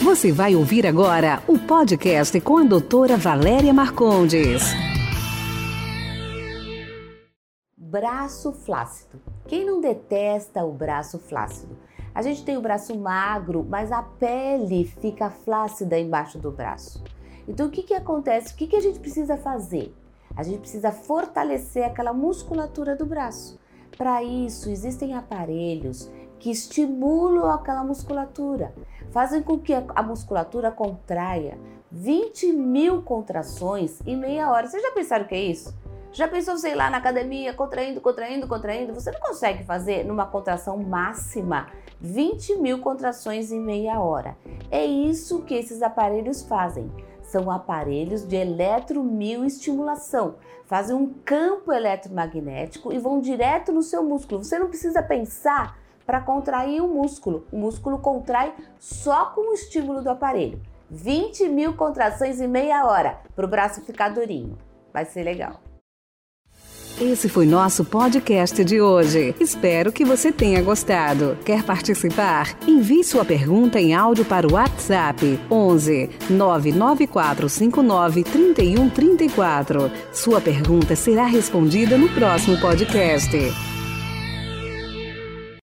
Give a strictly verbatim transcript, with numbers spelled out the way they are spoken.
Você vai ouvir agora o podcast com a doutora Valéria Marcondes. Braço flácido. Quem não detesta o braço flácido? A gente tem o braço magro, mas a pele fica flácida embaixo do braço. Então o que que acontece? O que que a gente precisa fazer? A gente precisa fortalecer aquela musculatura do braço. Para isso, existem aparelhos que estimulam aquela musculatura, fazem com que a musculatura contraia vinte mil contrações em meia hora. Vocês já pensaram o que é isso? Já pensou você ir lá na academia, contraindo, contraindo, contraindo? Você não consegue fazer numa contração máxima vinte mil contrações em meia hora. É isso que esses aparelhos fazem. São aparelhos de eletromioestimulação. Fazem um campo eletromagnético e vão direto no seu músculo. Você não precisa pensar para contrair o músculo. O músculo contrai só com o estímulo do aparelho. vinte mil contrações em meia hora para o braço ficar durinho. Vai ser legal. Esse foi nosso podcast de hoje. Espero que você tenha gostado. Quer participar? Envie sua pergunta em áudio para o WhatsApp onze nove nove quatro cinco nove três um três quatro. Sua pergunta será respondida no próximo podcast.